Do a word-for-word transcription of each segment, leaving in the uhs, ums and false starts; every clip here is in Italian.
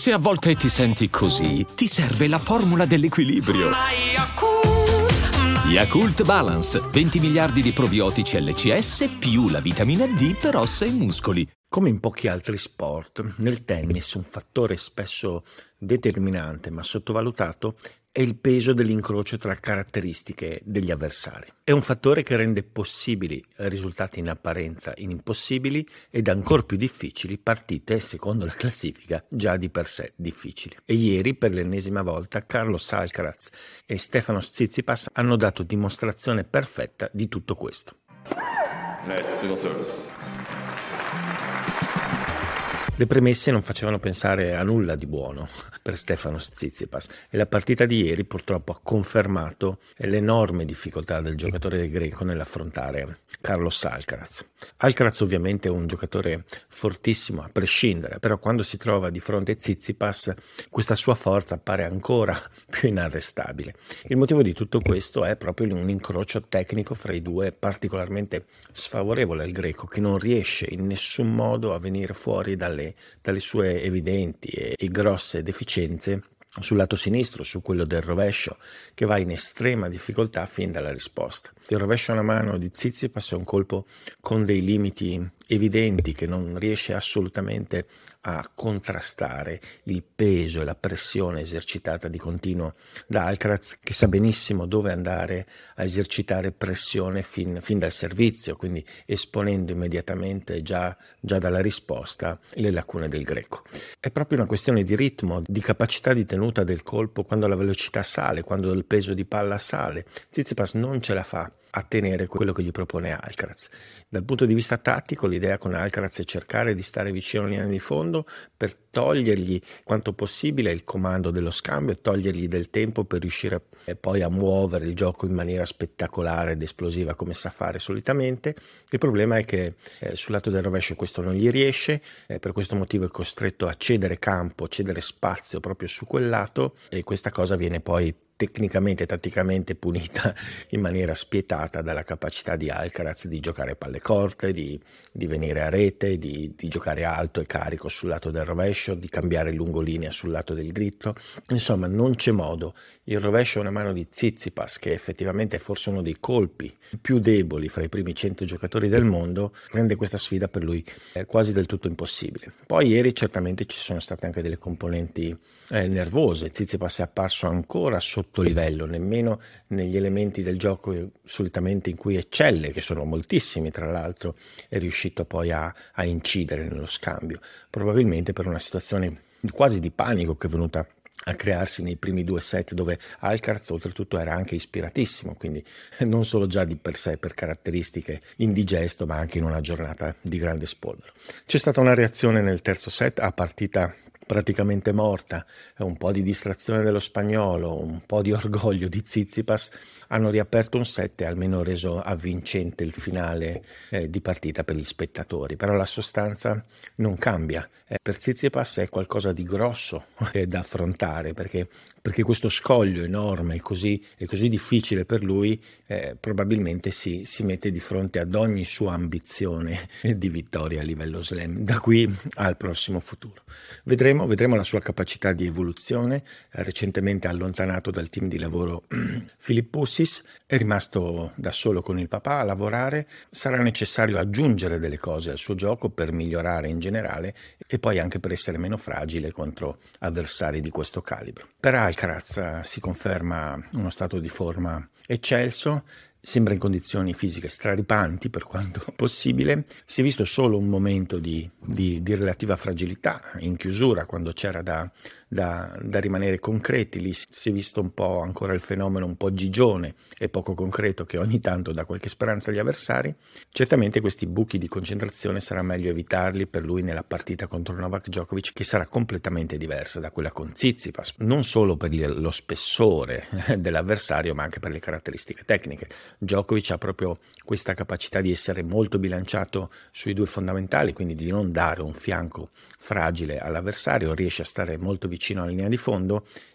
Se a volte ti senti così, ti serve la formula dell'equilibrio. Yakult Balance, venti miliardi di probiotici L C S più la vitamina D per ossa e muscoli. Come in pochi altri sport, nel tennis un fattore spesso determinante ma sottovalutato è il peso dell'incrocio tra caratteristiche degli avversari. È un fattore che rende possibili risultati in apparenza impossibili ed ancor più difficili partite, secondo la classifica, già di per sé difficili. E ieri, per l'ennesima volta, Carlos Alcaraz e Stefanos Tsitsipas hanno dato dimostrazione perfetta di tutto questo. Le premesse non facevano pensare a nulla di buono per Stefanos Tsitsipas e la partita di ieri purtroppo ha confermato l'enorme difficoltà del giocatore greco nell'affrontare Carlos Alcaraz. Alcaraz ovviamente è un giocatore fortissimo a prescindere, però quando si trova di fronte a Tsitsipas questa sua forza appare ancora più inarrestabile. Il motivo di tutto questo è proprio un incrocio tecnico fra i due particolarmente sfavorevole al greco, che non riesce in nessun modo a venire fuori dalle dalle sue evidenti e, e grosse deficienze sul lato sinistro, su quello del rovescio, che va in estrema difficoltà fin dalla risposta. Il rovescio a una mano di Tsitsipas è un colpo con dei limiti evidenti che non riesce assolutamente a contrastare il peso e la pressione esercitata di continuo da Alcaraz, che sa benissimo dove andare a esercitare pressione fin, fin dal servizio, quindi esponendo immediatamente già, già dalla risposta le lacune del greco. È proprio una questione di ritmo, di capacità di tenuta del colpo quando la velocità sale, quando il peso di palla sale. Tsitsipas non ce la fa a tenere quello che gli propone Alcaraz. Dal punto di vista tattico, l'idea con Alcaraz è cercare di stare vicino alla linea di fondo per togliergli quanto possibile il comando dello scambio e togliergli del tempo per riuscire poi a muovere il gioco in maniera spettacolare ed esplosiva come sa fare solitamente. Il problema è che eh, sul lato del rovescio questo non gli riesce, eh, per questo motivo è costretto a cedere campo, a cedere spazio proprio su quel lato, e questa cosa viene poi tecnicamente e tatticamente punita in maniera spietata dalla capacità di Alcaraz di giocare palle corte, di, di venire a rete, di, di giocare alto e carico sul lato del rovescio, di cambiare lungolinea sul lato del dritto. Insomma, non c'è modo. Il rovescio è una mano di Tsitsipas, che effettivamente è forse uno dei colpi più deboli fra i primi cento giocatori del mondo, rende questa sfida per lui eh, quasi del tutto impossibile. Poi ieri certamente ci sono state anche delle componenti eh, nervose. Tsitsipas è apparso ancora sotto livello, nemmeno negli elementi del gioco solitamente in cui eccelle, che sono moltissimi tra l'altro, è riuscito poi a, a incidere nello scambio, probabilmente per una situazione quasi di panico che è venuta a crearsi nei primi due set, dove Alcaraz oltretutto era anche ispiratissimo, quindi non solo già di per sé per caratteristiche indigesto, ma anche in una giornata di grande spolvero. C'è stata una reazione nel terzo set a partita praticamente morta, un po' di distrazione dello spagnolo, un po' di orgoglio di Tsitsipas hanno riaperto un set e almeno reso avvincente il finale eh, di partita per gli spettatori, però la sostanza non cambia. Eh, per Tsitsipas è qualcosa di grosso eh, da affrontare, perché, perché questo scoglio enorme e così, è così difficile per lui, eh, probabilmente si, si mette di fronte ad ogni sua ambizione di vittoria a livello slam, da qui al prossimo futuro. Vedremo Vedremo la sua capacità di evoluzione. Recentemente allontanato dal team di lavoro Philippoussis, è rimasto da solo con il papà a lavorare. Sarà necessario aggiungere delle cose al suo gioco per migliorare in generale e poi anche per essere meno fragile contro avversari di questo calibro. Per Alcaraz si conferma uno stato di forma eccelso. Sembra in condizioni fisiche straripanti per quanto possibile. Si è visto solo un momento di, di, di relativa fragilità in chiusura, quando c'era da, da, da rimanere concreti. Lì si è visto un po' ancora il fenomeno un po' gigione e poco concreto che ogni tanto dà qualche speranza agli avversari. Certamente questi buchi di concentrazione sarà meglio evitarli per lui nella partita contro Novak Djokovic, che sarà completamente diversa da quella con Tsitsipas, non solo per lo spessore dell'avversario ma anche per le caratteristiche tecniche. Djokovic ha proprio questa capacità di essere molto bilanciato sui due fondamentali, quindi di non dare un fianco fragile all'avversario, riesce a stare molto vicino alla linea di fondo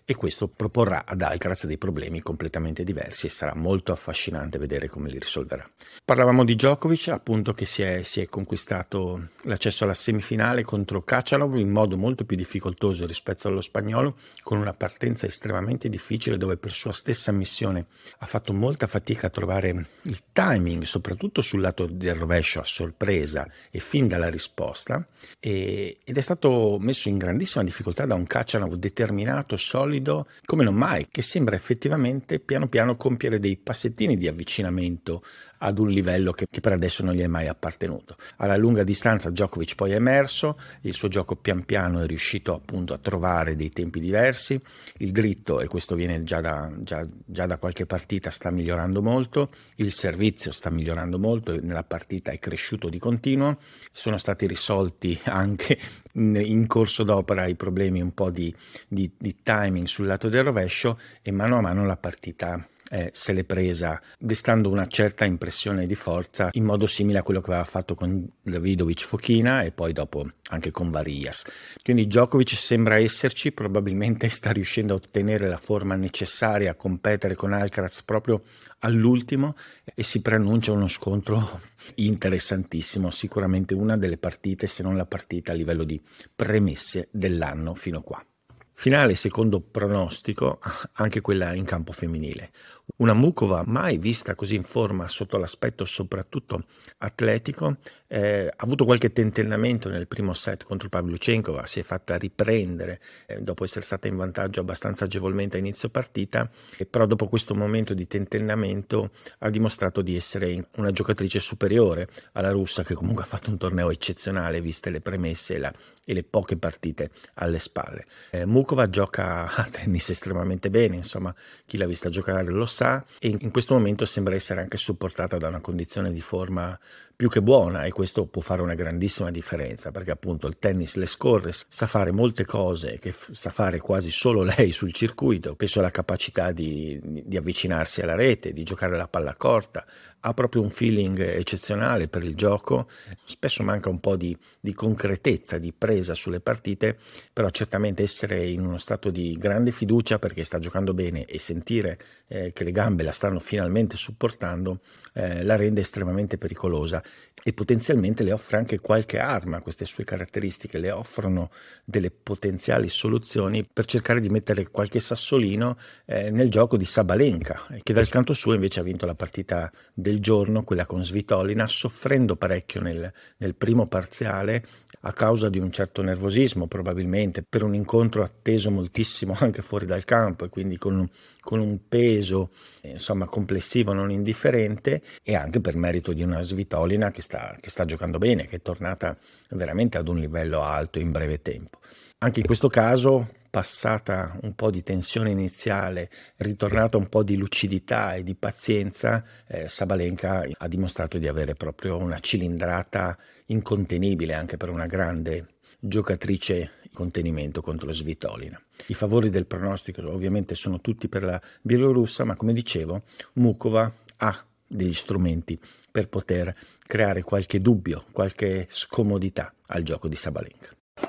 e questo proporrà ad Alcaraz dei problemi completamente diversi e sarà molto affascinante vedere come li risolverà. Parlavamo di Djokovic, appunto, che si è, si è conquistato l'accesso alla semifinale contro Khachanov in modo molto più difficoltoso rispetto allo spagnolo, con una partenza estremamente difficile dove per sua stessa ammissione ha fatto molta fatica a trovare il timing, soprattutto sul lato del rovescio a sorpresa e fin dalla risposta, e, ed è stato messo in grandissima difficoltà da un Khachanov determinato, solido, come non mai, che sembra effettivamente piano piano compiere dei passettini di avvicinamento ad un livello che, che per adesso non gli è mai appartenuto. Alla lunga distanza Djokovic poi è emerso, il suo gioco pian piano è riuscito appunto a trovare dei tempi diversi, il dritto, e questo viene già da, già, già da qualche partita, sta migliorando molto, il servizio sta migliorando molto, nella partita è cresciuto di continuo, sono stati risolti anche in, in corso d'opera i problemi un po' di, di, di timing sul lato del rovescio, e mano a mano la partita Eh, se l'è presa, destando una certa impressione di forza in modo simile a quello che aveva fatto con Davidovic Fokina e poi dopo anche con Varillas. Quindi Djokovic sembra esserci, probabilmente sta riuscendo a ottenere la forma necessaria a competere con Alcaraz proprio all'ultimo e si preannuncia uno scontro interessantissimo, sicuramente una delle partite, se non la partita a livello di premesse dell'anno fino a qua. Finale secondo pronostico, anche quella in campo femminile. Una Muchova mai vista così in forma sotto l'aspetto soprattutto atletico, eh, ha avuto qualche tentennamento nel primo set contro Pavlyuchenkova, si è fatta riprendere eh, dopo essere stata in vantaggio abbastanza agevolmente a inizio partita, e però dopo questo momento di tentennamento ha dimostrato di essere una giocatrice superiore alla russa, che comunque ha fatto un torneo eccezionale viste le premesse e, la, e le poche partite alle spalle. Eh, Muchova gioca a tennis estremamente bene, insomma chi l'ha vista giocare lo sa, e in questo momento sembra essere anche supportata da una condizione di forma più che buona, e questo può fare una grandissima differenza, perché appunto il tennis le scorre, sa fare molte cose che f- sa fare quasi solo lei sul circuito. Penso alla capacità di, di avvicinarsi alla rete, di giocare la palla corta, ha proprio un feeling eccezionale per il gioco, spesso manca un po' di, di concretezza, di presa sulle partite, però certamente essere in uno stato di grande fiducia perché sta giocando bene e sentire eh, che le gambe la stanno finalmente supportando eh, la rende estremamente pericolosa, e potenzialmente le offre anche qualche arma. Queste sue caratteristiche le offrono delle potenziali soluzioni per cercare di mettere qualche sassolino eh, nel gioco di Sabalenka, che dal canto suo invece ha vinto la partita del giorno, quella con Svitolina, soffrendo parecchio nel, nel primo parziale a causa di un certo nervosismo, probabilmente per un incontro atteso moltissimo anche fuori dal campo, e quindi con, con un peso eh, insomma complessivo non indifferente, e anche per merito di una Svitolina che sta, che sta giocando bene, che è tornata veramente ad un livello alto in breve tempo. Anche in questo caso, passata un po' di tensione iniziale, ritornata un po' di lucidità e di pazienza, eh, Sabalenka ha dimostrato di avere proprio una cilindrata incontenibile anche per una grande giocatrice in contenimento contro Svitolina. I favori del pronostico ovviamente sono tutti per la bielorussa, ma come dicevo Muchova ha degli strumenti per poter creare qualche dubbio, qualche scomodità al gioco di Sabalenka.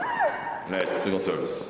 Net, single service.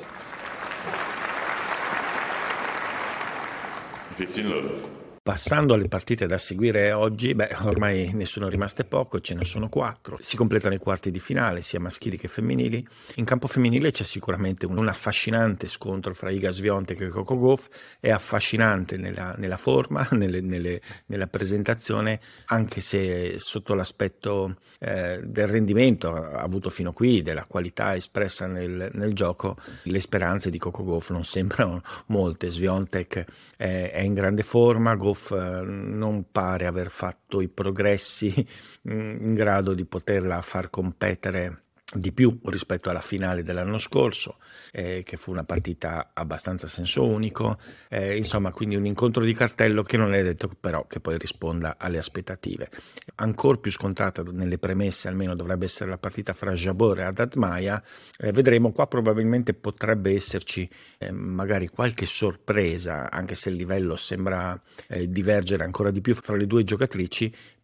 fifteen love. Passando alle partite da seguire oggi, beh, ormai ne sono rimaste poco, ce ne sono quattro. Si completano i quarti di finale, sia maschili che femminili. In campo femminile c'è sicuramente un, un affascinante scontro fra Iga Swiatek e Coco Gauff. È affascinante nella, nella forma, nelle, nelle, nella presentazione, anche se sotto l'aspetto eh, del rendimento ha avuto fino qui, della qualità espressa nel, nel gioco, le speranze di Coco Gauff non sembrano molte. Swiatek è, è in grande forma, Gauff non pare aver fatto i progressi in grado di poterla far competere di più rispetto alla finale dell'anno scorso, eh, che fu una partita abbastanza a senso unico, eh, insomma quindi un incontro di cartello che non è detto però che poi risponda alle aspettative. Ancora più scontata nelle premesse almeno dovrebbe essere la partita fra Jabeur e Haddad Maia, eh, vedremo. Qua probabilmente potrebbe esserci eh, magari qualche sorpresa, anche se il livello sembra eh, divergere ancora di più fra le due giocatrici,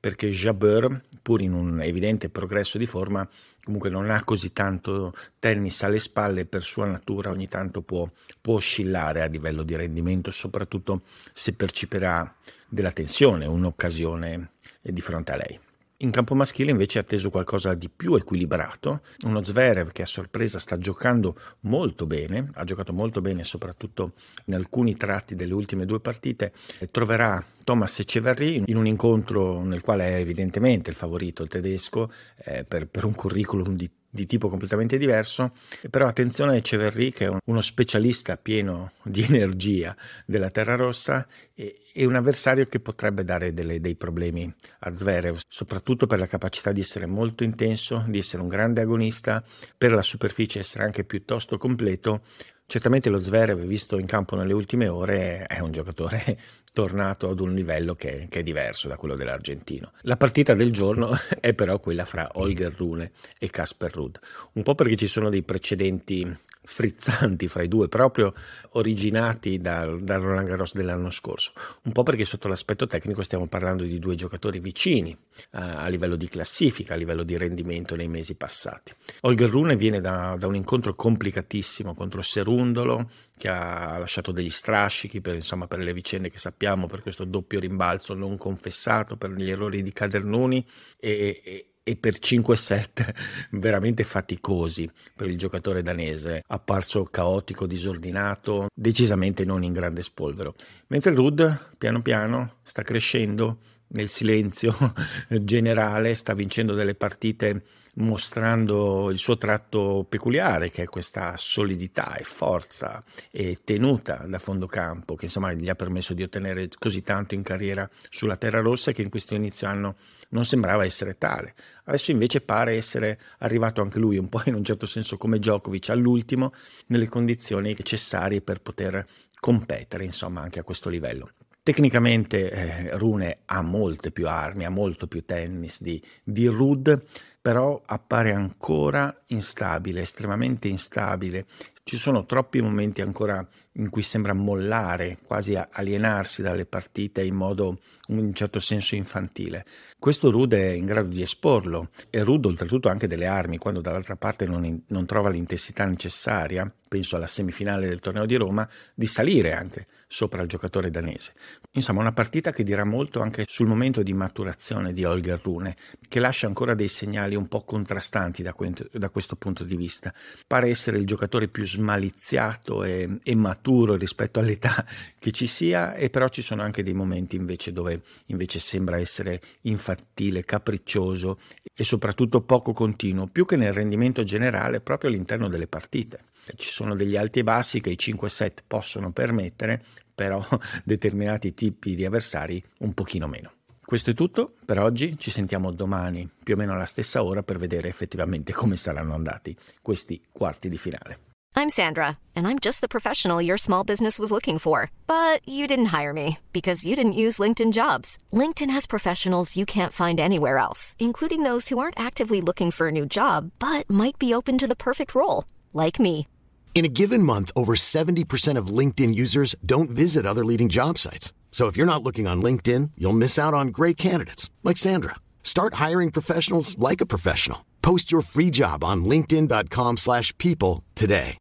perché Jabeur, pur in un evidente progresso di forma, comunque non ha così tanto tennis alle spalle, per sua natura ogni tanto può, può oscillare a livello di rendimento, soprattutto se percepirà della tensione, un'occasione di fronte a lei. In campo maschile invece è atteso qualcosa di più equilibrato, uno Zverev che a sorpresa sta giocando molto bene, ha giocato molto bene soprattutto in alcuni tratti delle ultime due partite, e troverà Thomas Etcheverry in un incontro nel quale è evidentemente il favorito, il tedesco, eh, per, per un curriculum di di tipo completamente diverso, però attenzione a Etcheverry che è uno specialista pieno di energia della terra rossa e, e un avversario che potrebbe dare delle, dei problemi a Zverev, soprattutto per la capacità di essere molto intenso, di essere un grande agonista, per la superficie essere anche piuttosto completo. Certamente lo Zverev, visto in campo nelle ultime ore, è un giocatore tornato ad un livello che, che è diverso da quello dell'argentino. La partita del giorno è però quella fra Holger Rune e Casper Ruud, un po' perché ci sono dei precedenti frizzanti fra i due, proprio originati dal, dal Roland Garros dell'anno scorso, un po' perché sotto l'aspetto tecnico stiamo parlando di due giocatori vicini a, a livello di classifica, a livello di rendimento nei mesi passati. Holger Rune viene da, da un incontro complicatissimo contro Serundolo, che ha lasciato degli strascichi per, insomma, per le vicende che sappiamo, per questo doppio rimbalzo non confessato, per gli errori di Cadernuni e, e e per cinque set veramente faticosi per il giocatore danese, apparso caotico, disordinato, decisamente non in grande spolvero. Mentre Ruud piano piano sta crescendo nel silenzio generale, sta vincendo delle partite mostrando il suo tratto peculiare, che è questa solidità e forza e tenuta da fondo campo, che insomma gli ha permesso di ottenere così tanto in carriera sulla terra rossa, che in questo inizio anno non sembrava essere tale. Adesso invece pare essere arrivato anche lui un po' in un certo senso come Djokovic all'ultimo, nelle condizioni necessarie per poter competere insomma anche a questo livello. Tecnicamente eh, Rune ha molte più armi, ha molto più tennis di, di Ruud, però appare ancora instabile, estremamente instabile. Ci sono troppi momenti ancora in cui sembra mollare, quasi alienarsi dalle partite in modo in un certo senso infantile. Questo Ruud è in grado di esporlo, e Ruud oltretutto ha anche delle armi, quando dall'altra parte non, in, non trova l'intensità necessaria, penso alla semifinale del torneo di Roma, di salire anche sopra il giocatore danese. Insomma, una partita che dirà molto anche sul momento di maturazione di Holger Rune, che lascia ancora dei segnali un po' contrastanti da, que- da questo punto di vista. Pare essere il giocatore più smaliziato e, e maturo rispetto all'età che ci sia, e però ci sono anche dei momenti invece dove invece sembra essere infantile, capriccioso e soprattutto poco continuo, più che nel rendimento generale proprio all'interno delle partite. Ci sono degli alti e bassi che i cinque set possono permettere, però determinati tipi di avversari un pochino meno. Questo è tutto per oggi, ci sentiamo domani più o meno alla stessa ora per vedere effettivamente come saranno andati questi quarti di finale. I'm Sandra, and I'm just the professional your small business was looking for. But you didn't hire me because you didn't use LinkedIn Jobs. LinkedIn has professionals you can't find anywhere else, including those who aren't actively looking for a new job, but might be open to the perfect role, like me. In a given month, over seventy percent of LinkedIn users don't visit other leading job sites. So if you're not looking on LinkedIn, you'll miss out on great candidates like Sandra. Start hiring professionals like a professional. Post your free job on linkedin dot com slash people today.